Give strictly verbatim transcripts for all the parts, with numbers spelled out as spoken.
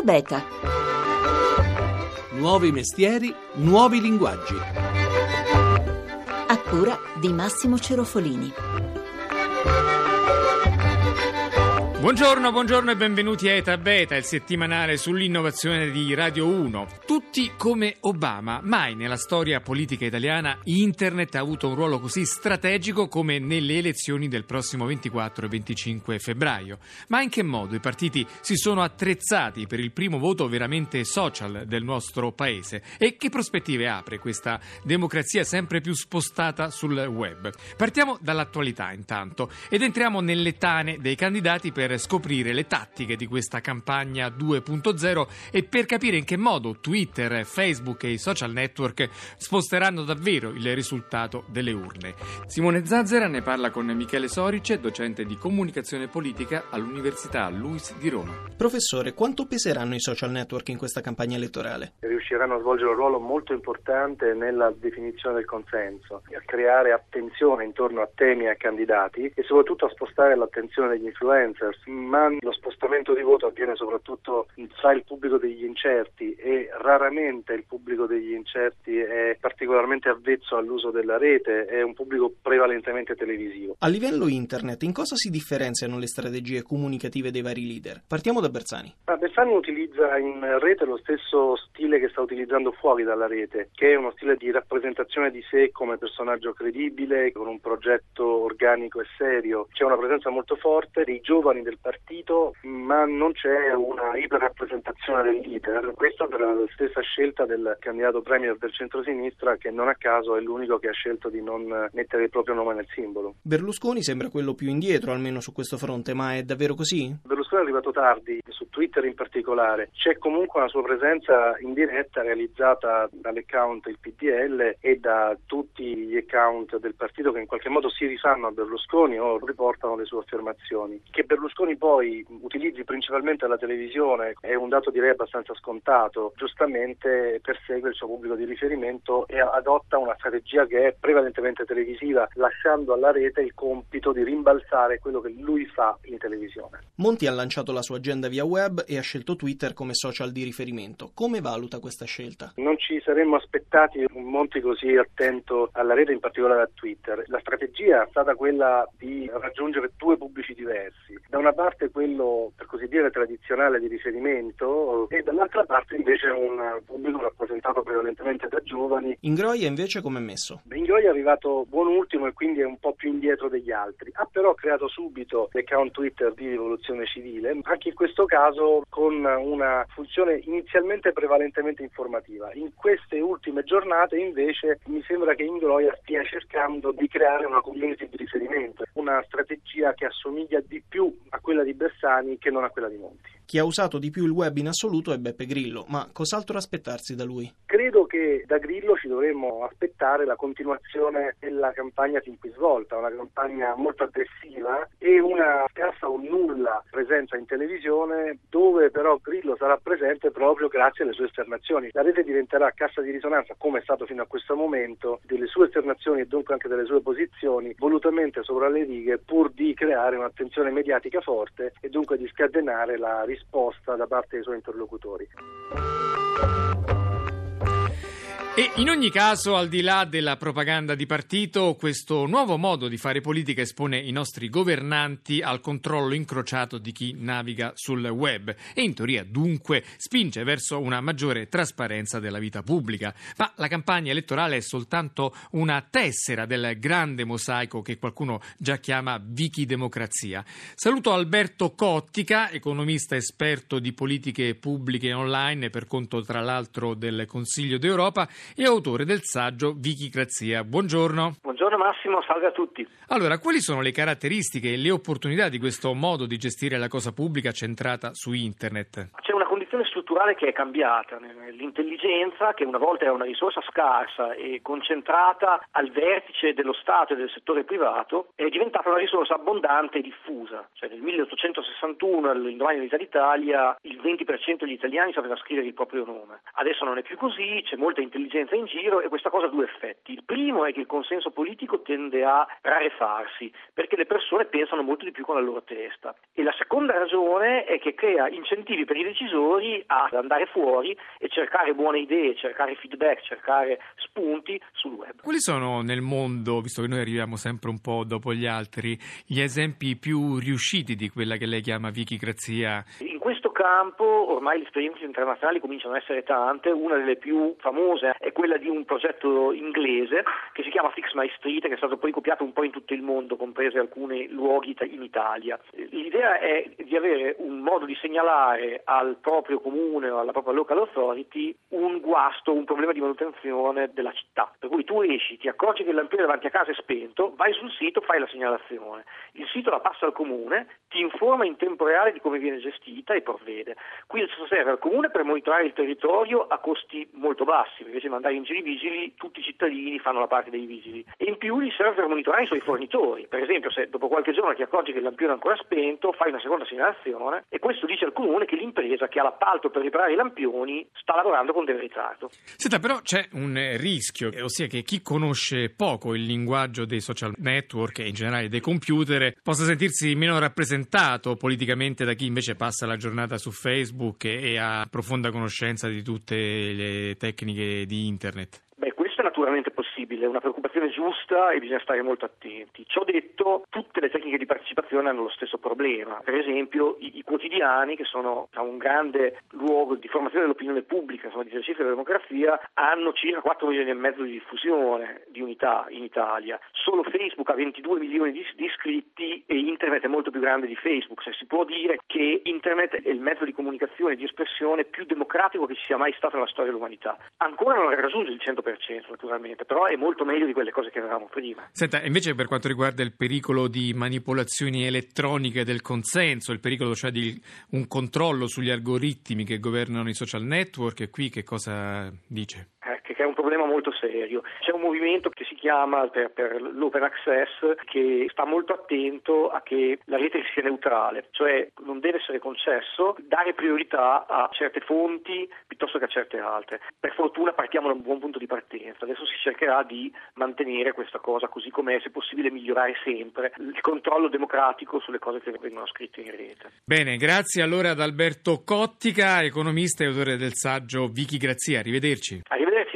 Beta. Nuovi mestieri, nuovi linguaggi. A cura di Massimo Cerofolini. Buongiorno, buongiorno e benvenuti a ETA Beta, il settimanale sull'innovazione di Radio uno. Tutti come Obama, mai nella storia politica italiana Internet ha avuto un ruolo così strategico come nelle elezioni del prossimo ventiquattro e venticinque febbraio. Ma in che modo i partiti si sono attrezzati per il primo voto veramente social del nostro paese? E che prospettive apre questa democrazia sempre più spostata sul web? Partiamo dall'attualità intanto ed entriamo nelle tane dei candidati per scoprire le tattiche di questa campagna due punto zero e per capire in che modo Twitter, Facebook e i social network sposteranno davvero il risultato delle urne. Simone Zazzera ne parla con Michele Sorice, docente di comunicazione politica all'Università Luis di Roma. Professore, quanto peseranno i social network in questa campagna elettorale? Riusciranno a svolgere un ruolo molto importante nella definizione del consenso, a creare attenzione intorno a temi e a candidati e soprattutto a spostare l'attenzione degli influencer. Ma lo spostamento di voto avviene soprattutto tra il pubblico degli incerti e raramente il pubblico degli incerti è particolarmente avvezzo all'uso della rete, è un pubblico prevalentemente televisivo. A livello internet, in cosa si differenziano le strategie comunicative dei vari leader? Partiamo da Bersani. Ah, Bersani utilizza in rete lo stesso stile che sta utilizzando fuori dalla rete, che è uno stile di rappresentazione di sé come personaggio credibile, con un progetto organico e serio. C'è una presenza molto forte dei giovani del partito, ma non c'è una iperrappresentazione del leader. Questa per la stessa scelta del candidato premier del centrosinistra, che non a caso è l'unico che ha scelto di non mettere il proprio nome nel simbolo. Berlusconi sembra quello più indietro, almeno su questo fronte, ma è davvero così? Berlusconi è arrivato tardi, su Twitter in particolare. C'è comunque una sua presenza indiretta realizzata dall'account il P D L e da tutti gli account del partito che in qualche modo si rifanno a Berlusconi o riportano le sue affermazioni. Che Berlusconi poi utilizzi principalmente la televisione è un dato direi abbastanza scontato. Giustamente persegue il suo pubblico di riferimento e adotta una strategia che è prevalentemente televisiva, lasciando alla rete il compito di rimbalzare quello che lui fa in televisione. Monti ha lanciato la sua agenda via web e ha scelto Twitter come social di riferimento. Come valuta questa scelta? Non ci saremmo aspettati un Monti così attento alla rete, in particolare a Twitter. La strategia è stata quella di raggiungere due pubblici diversi. Da una parte quello, per così dire, tradizionale di riferimento e dall'altra parte invece un pubblico rappresentato prevalentemente da giovani. Ingroia invece come è messo? Ingroia è arrivato buon ultimo e quindi è un po' più indietro degli altri. Ha però creato subito l'account Twitter di Rivoluzione Civile, anche in questo caso con una funzione inizialmente prevalentemente informativa. In queste ultime giornate invece mi sembra che Ingroia stia cercando di creare una community di riferimento, una strategia che assomiglia di più a quella di Bersani che non a quella di Monti. Chi ha usato di più il web in assoluto è Beppe Grillo, ma cos'altro aspettarsi da lui? Credo che da Grillo ci dovremmo aspettare la continuazione della campagna fin qui svolta, una campagna molto aggressiva e una scarsa o nulla presenza in televisione, dove però Grillo sarà presente proprio grazie alle sue esternazioni. La rete diventerà cassa di risonanza, come è stato fino a questo momento, delle sue esternazioni e dunque anche delle sue posizioni, volutamente sopra le righe, pur di creare un'attenzione mediatica forte e dunque di scatenare la risposta da parte dei suoi interlocutori. E in ogni caso, al di là della propaganda di partito, questo nuovo modo di fare politica espone i nostri governanti al controllo incrociato di chi naviga sul web e in teoria dunque spinge verso una maggiore trasparenza della vita pubblica. Ma la campagna elettorale è soltanto una tessera del grande mosaico che qualcuno già chiama Wikidemocrazia. Saluto Alberto Cottica, economista esperto di politiche pubbliche online per conto tra l'altro del Consiglio d'Europa e autore del saggio Wikicrazia. Buongiorno. Buongiorno Massimo, salve a tutti. Allora, quali sono le caratteristiche e le opportunità di questo modo di gestire la cosa pubblica centrata su internet? C'è una condizione strutturale che è cambiata. L'intelligenza, che una volta era una risorsa scarsa e concentrata al vertice dello Stato e del settore privato, è diventata una risorsa abbondante e diffusa. Cioè nel milleottocentosessantuno, all'indomani dell'Unità d'Italia, il venti per cento degli italiani sapeva scrivere il proprio nome. Adesso non è più così, c'è molta intelligenza in giro e questa cosa ha due effetti. Il primo è che il consenso politico tende a rarefarsi perché le persone pensano molto di più con la loro testa. E la seconda ragione è che crea incentivi per i decisori a ad andare fuori e cercare buone idee, cercare feedback, cercare spunti sul web. Quali sono nel mondo, visto che noi arriviamo sempre un po' dopo gli altri, gli esempi più riusciti di quella che lei chiama wikigrazia? In questo campo ormai le esperienze internazionali cominciano ad essere tante. Una delle più famose è quella di un progetto inglese che si chiama Fix My Street, che è stato poi copiato un po' in tutto il mondo, comprese alcuni luoghi in Italia. L'idea è di avere un modo di segnalare al proprio comune o alla propria local authority un guasto, un problema di manutenzione della città. Per cui tu esci, ti accorgi che il lampione davanti a casa è spento, vai sul sito, fai la segnalazione. Il sito la passa al comune, ti informa in tempo reale di come viene gestita e provvede. Quindi serve al comune per monitorare il territorio a costi molto bassi, invece di mandare in giro i vigili, tutti i cittadini fanno la parte dei vigili. E in più gli serve per monitorare i suoi fornitori. Per esempio, se dopo qualche giorno ti accorgi che il lampione è ancora spento, fai una seconda segnalazione e questo dice al comune che l'impresa che ha l'appalto per riparare i lampioni sta lavorando con del ritardo. Senta, però c'è un rischio, ossia che chi conosce poco il linguaggio dei social network e in generale dei computer possa sentirsi meno rappresentato politicamente da chi invece passa la giornata su Facebook e ha profonda conoscenza di tutte le tecniche di internet. Beh, questo è naturalmente possibile, è una preoccupazione giusta e bisogna stare molto attenti. Ciò detto, tutte le tecniche di partecipazione hanno lo stesso problema. Per esempio, i, i quotidiani, che sono un grande luogo di formazione dell'opinione pubblica, insomma, di esercizio della democrazia, hanno circa quattro milioni e mezzo di diffusione di unità in Italia. Solo Facebook ha ventidue milioni di, di iscritti e Internet è molto più grande di Facebook. Cioè, si può dire che Internet è il mezzo di comunicazione e di espressione più democratico che ci sia mai stato nella storia dell'umanità. Ancora non raggiunge il cento per cento naturalmente, però è molto meglio di quelle cose che avevamo prima. Senta, invece per quanto riguarda il pericolo di manipolazioni elettroniche del consenso, il pericolo cioè di un controllo sugli algoritmi che governano i social network, e qui che cosa dice? Che è un problema molto serio. C'è un movimento che si chiama per, per l'open access che sta molto attento a che la rete sia neutrale, cioè non deve essere concesso dare priorità a certe fonti piuttosto che a certe altre. Per fortuna partiamo da un buon punto di partenza, adesso si cercherà di mantenere questa cosa così com'è, se possibile migliorare sempre il controllo democratico sulle cose che vengono scritte in rete. Bene, grazie allora ad Alberto Cottica, economista e autore del saggio Wikigrazia. Arrivederci. Arrivederci.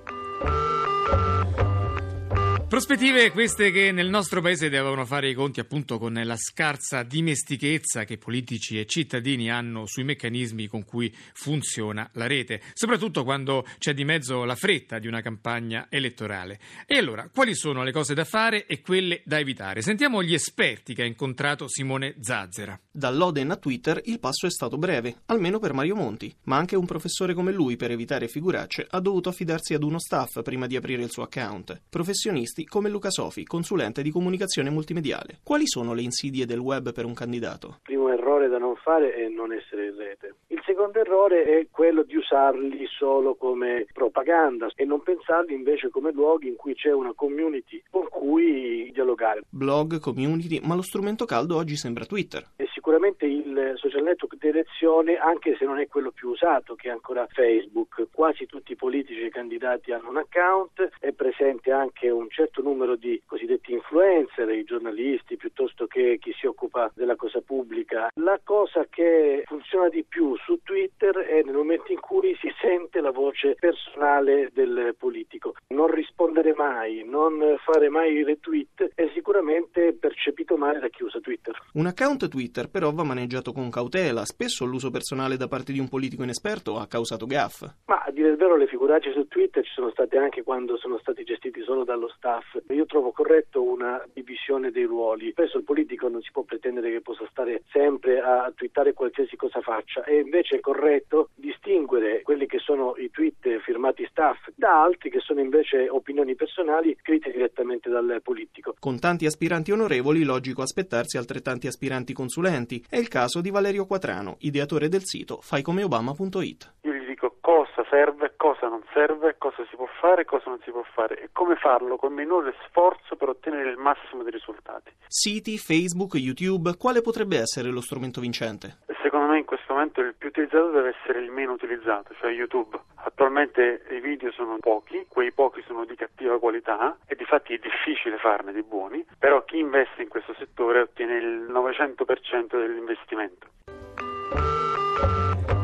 Prospettive queste che nel nostro paese devono fare i conti appunto con la scarsa dimestichezza che politici e cittadini hanno sui meccanismi con cui funziona la rete, soprattutto quando c'è di mezzo la fretta di una campagna elettorale. E allora, quali sono le cose da fare e quelle da evitare? Sentiamo gli esperti che ha incontrato Simone Zazzera. Dall'Oden a Twitter il passo è stato breve, almeno per Mario Monti, ma anche un professore come lui, per evitare figuracce, ha dovuto affidarsi ad uno staff prima di aprire il suo account. Professionisti come Luca Sofi, consulente di comunicazione multimediale. Quali sono le insidie del web per un candidato? Il primo errore da non fare è non essere in rete. Il secondo errore è quello di usarli solo come propaganda e non pensarli invece come luoghi in cui c'è una community con cui dialogare. Blog, community, ma lo strumento caldo oggi sembra Twitter. È sicuramente il social network d'elezione, anche se non è quello più usato, che è ancora Facebook. Quasi tutti i politici e i candidati hanno un account, è presente anche un certo numero di cosiddetti influencer, i giornalisti piuttosto che chi si occupa della cosa pubblica. La cosa che funziona di più su Twitter è nel momento in cui si sente la voce personale del politico. Non rispondere mai, non fare mai retweet è sicuramente percepito male da chi usa Twitter. Un account Twitter però va maneggiato con cautela. Spesso l'uso personale da parte di un politico inesperto ha causato gaffe. Ma a dire il vero le figuracce su Twitter ci sono state anche quando sono stati gestiti solo dallo staff. Io trovo corretto una divisione dei ruoli. Spesso il politico non si può pretendere che possa stare sempre a twittare qualsiasi cosa faccia, e invece è corretto distinguere quelli che sono i tweet firmati staff da altri che sono invece opinioni personali scritte direttamente dal politico. Con tanti aspiranti onorevoli, logico aspettarsi altrettanti aspiranti consulenti. È il caso di Valerio Quatrano, ideatore del sito fai come obama punto it. Io gli dico cosa serve, cosa non serve, cosa si può fare, cosa non si può fare e come farlo con minore sforzo per ottenere il massimo dei risultati. Siti, Facebook, YouTube, quale potrebbe essere lo strumento vincente? Secondo me in questo momento il più utilizzato deve essere il meno utilizzato, cioè YouTube. Attualmente i video sono pochi, quei pochi sono di cattiva qualità e difatti è difficile farne di buoni, però chi investe in questo settore ottiene il novecento per cento dell'investimento.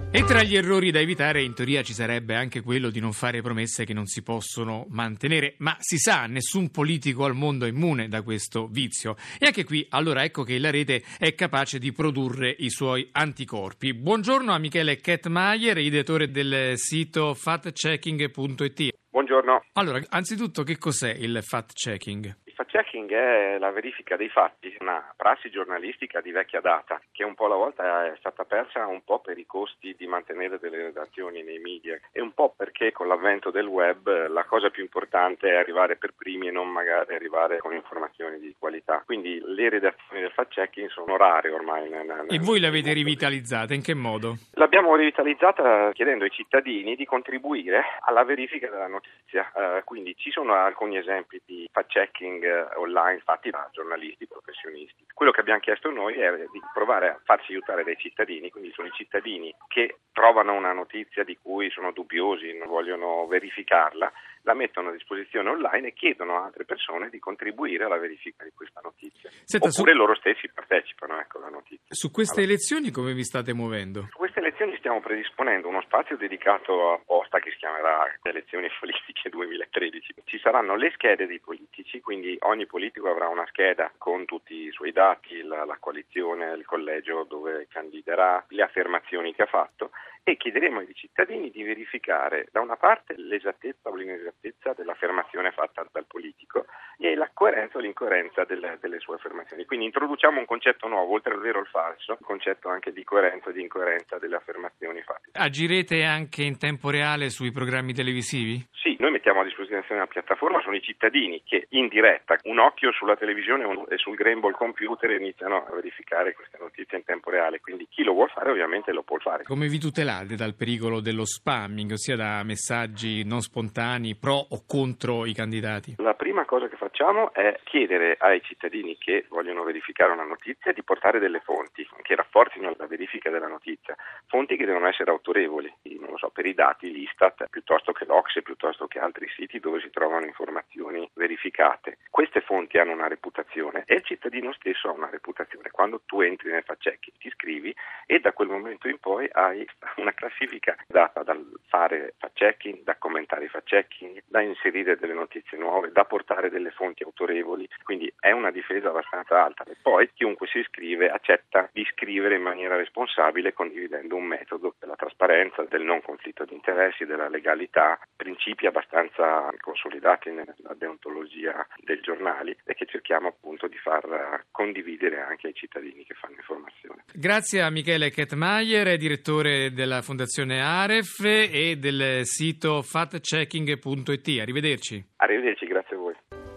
E tra gli errori da evitare in teoria ci sarebbe anche quello di non fare promesse che non si possono mantenere, ma si sa, nessun politico al mondo è immune da questo vizio. E anche qui allora ecco che la rete è capace di produrre i suoi anticorpi. Buongiorno a Michele Kettmajer, editore del sito fact checking punto it. Buongiorno. Allora, anzitutto che cos'è il fact-checking? Il fact-checking è la verifica dei fatti, una prassi giornalistica di vecchia data che un po' alla volta è stata persa un po' per i costi di mantenere delle redazioni nei media e un po' perché con l'avvento del web la cosa più importante è arrivare per primi e non magari arrivare con informazioni di qualità. Quindi le redazioni del fact-checking sono rare ormai. Nel, nel, e voi l'avete rivitalizzata, in che modo? L'abbiamo rivitalizzata chiedendo ai cittadini di contribuire alla verifica della notizia. Uh, quindi ci sono alcuni esempi di fact-checking uh, online fatti da giornalisti professionisti. Quello che abbiamo chiesto noi è di provare a farsi aiutare dai cittadini, quindi sono i cittadini che trovano una notizia di cui sono dubbiosi, non vogliono verificarla, la mettono a disposizione online e chiedono a altre persone di contribuire alla verifica di questa notizia. Senta, Oppure su... loro stessi partecipano ecco, alla notizia. Su queste allora, elezioni come vi state muovendo? Su queste elezioni stiamo predisponendo uno spazio dedicato apposta che si chiamerà Elezioni Politiche duemilatredici. Ci saranno le schede dei politici, quindi ogni politico avrà una scheda con tutti i suoi dati, la, la coalizione, il collegio dove candiderà, le affermazioni che ha fatto e chiederemo ai cittadini di verificare da una parte l'esattezza o l'inesattezza dell'affermazione fatta dal politico e la coerenza o l'incoerenza delle, delle sue affermazioni. Quindi introduciamo un concetto nuovo, oltre al vero e al falso, un concetto anche di coerenza e di incoerenza delle affermazioni fatte. Agirete anche in tempo reale sui programmi televisivi? Sì, noi mettiamo a disposizione una piattaforma, sono i cittadini che in diretta, un occhio sulla televisione e sul grembo il computer iniziano a verificare queste notizie in tempo reale, quindi chi lo vuol fare ovviamente lo può fare. Come vi tutelate dal pericolo dello spamming, ossia da messaggi non spontanei pro o contro i candidati? La prima cosa che facciamo è chiedere ai cittadini che vogliono verificare una notizia di portare delle fonti che rafforzino la verifica della notizia, fonti che devono essere autorevoli, non lo so, per i dati l'Istat piuttosto che l'O C S E, piuttosto che altri siti dove si trovano informazioni verificate. Queste fonti hanno una reputazione e il cittadino stesso ha una reputazione. Quando tu entri nel fact-checking ti iscrivi e da quel momento in poi hai una classifica data dal fare fact-checking, da commentare i fact-checking, da inserire delle notizie nuove, da portare delle fonti autorevoli, quindi è una difesa abbastanza alta. E poi chiunque si iscrive accetta di scrivere in maniera responsabile condividendo un metodo della trasparenza, del non conflitto di interessi, della legalità, principi abbastanza consolidati nella deontologia dei giornali e che cerchiamo appunto di far condividere anche ai cittadini che fanno informazione. Grazie a Michele Kettmajer, direttore della Fondazione Aref e del sito fact checking punto it. Arrivederci. Arrivederci, grazie a voi.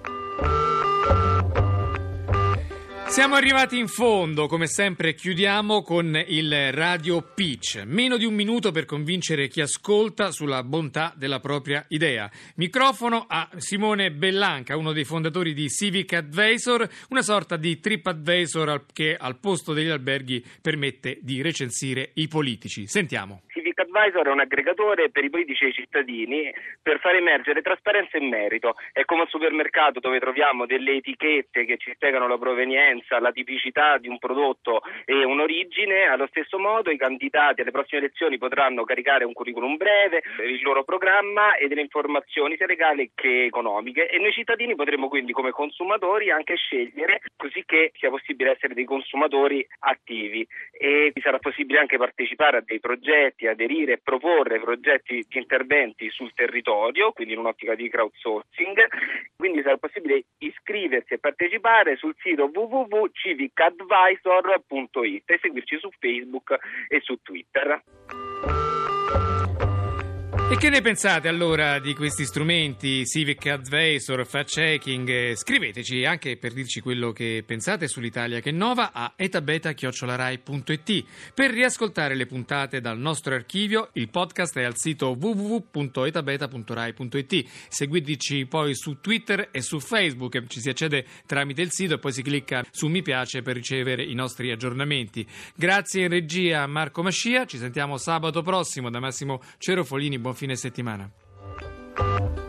Siamo arrivati in fondo, come sempre chiudiamo con il Radio Pitch. Meno di un minuto per convincere chi ascolta sulla bontà della propria idea. Microfono a Simone Bellanca, uno dei fondatori di Civic Advisor, una sorta di TripAdvisor che al posto degli alberghi permette di recensire i politici. Sentiamo. Civic Advisor è un aggregatore per i politici e i cittadini per far emergere trasparenza e merito. È come un supermercato dove troviamo delle etichette che ci spiegano la provenienza, la tipicità di un prodotto e un'origine. Allo stesso modo i candidati alle prossime elezioni potranno caricare un curriculum breve, il loro programma e delle informazioni sia legali che economiche e noi cittadini potremo quindi come consumatori anche scegliere così che sia possibile essere dei consumatori attivi e sarà possibile anche partecipare a dei progetti, aderire e proporre progetti di interventi sul territorio, quindi in un'ottica di crowdsourcing. Quindi sarà possibile iscriversi e partecipare sul sito w w w punto civic advisor punto it e seguirci su Facebook e su Twitter. E che ne pensate allora di questi strumenti, Civic Advisor, Fact Checking? Scriveteci anche per dirci quello che pensate sull'Italia che innova a etabeta chiocciola rai punto it. Per riascoltare le puntate dal nostro archivio, il podcast è al sito w w w punto etabeta punto rai punto it. Seguiteci poi su Twitter e su Facebook, ci si accede tramite il sito e poi si clicca su mi piace per ricevere i nostri aggiornamenti. Grazie in regia a Marco Mascia, ci sentiamo sabato prossimo da Massimo Cerofolini, buon fine settimana.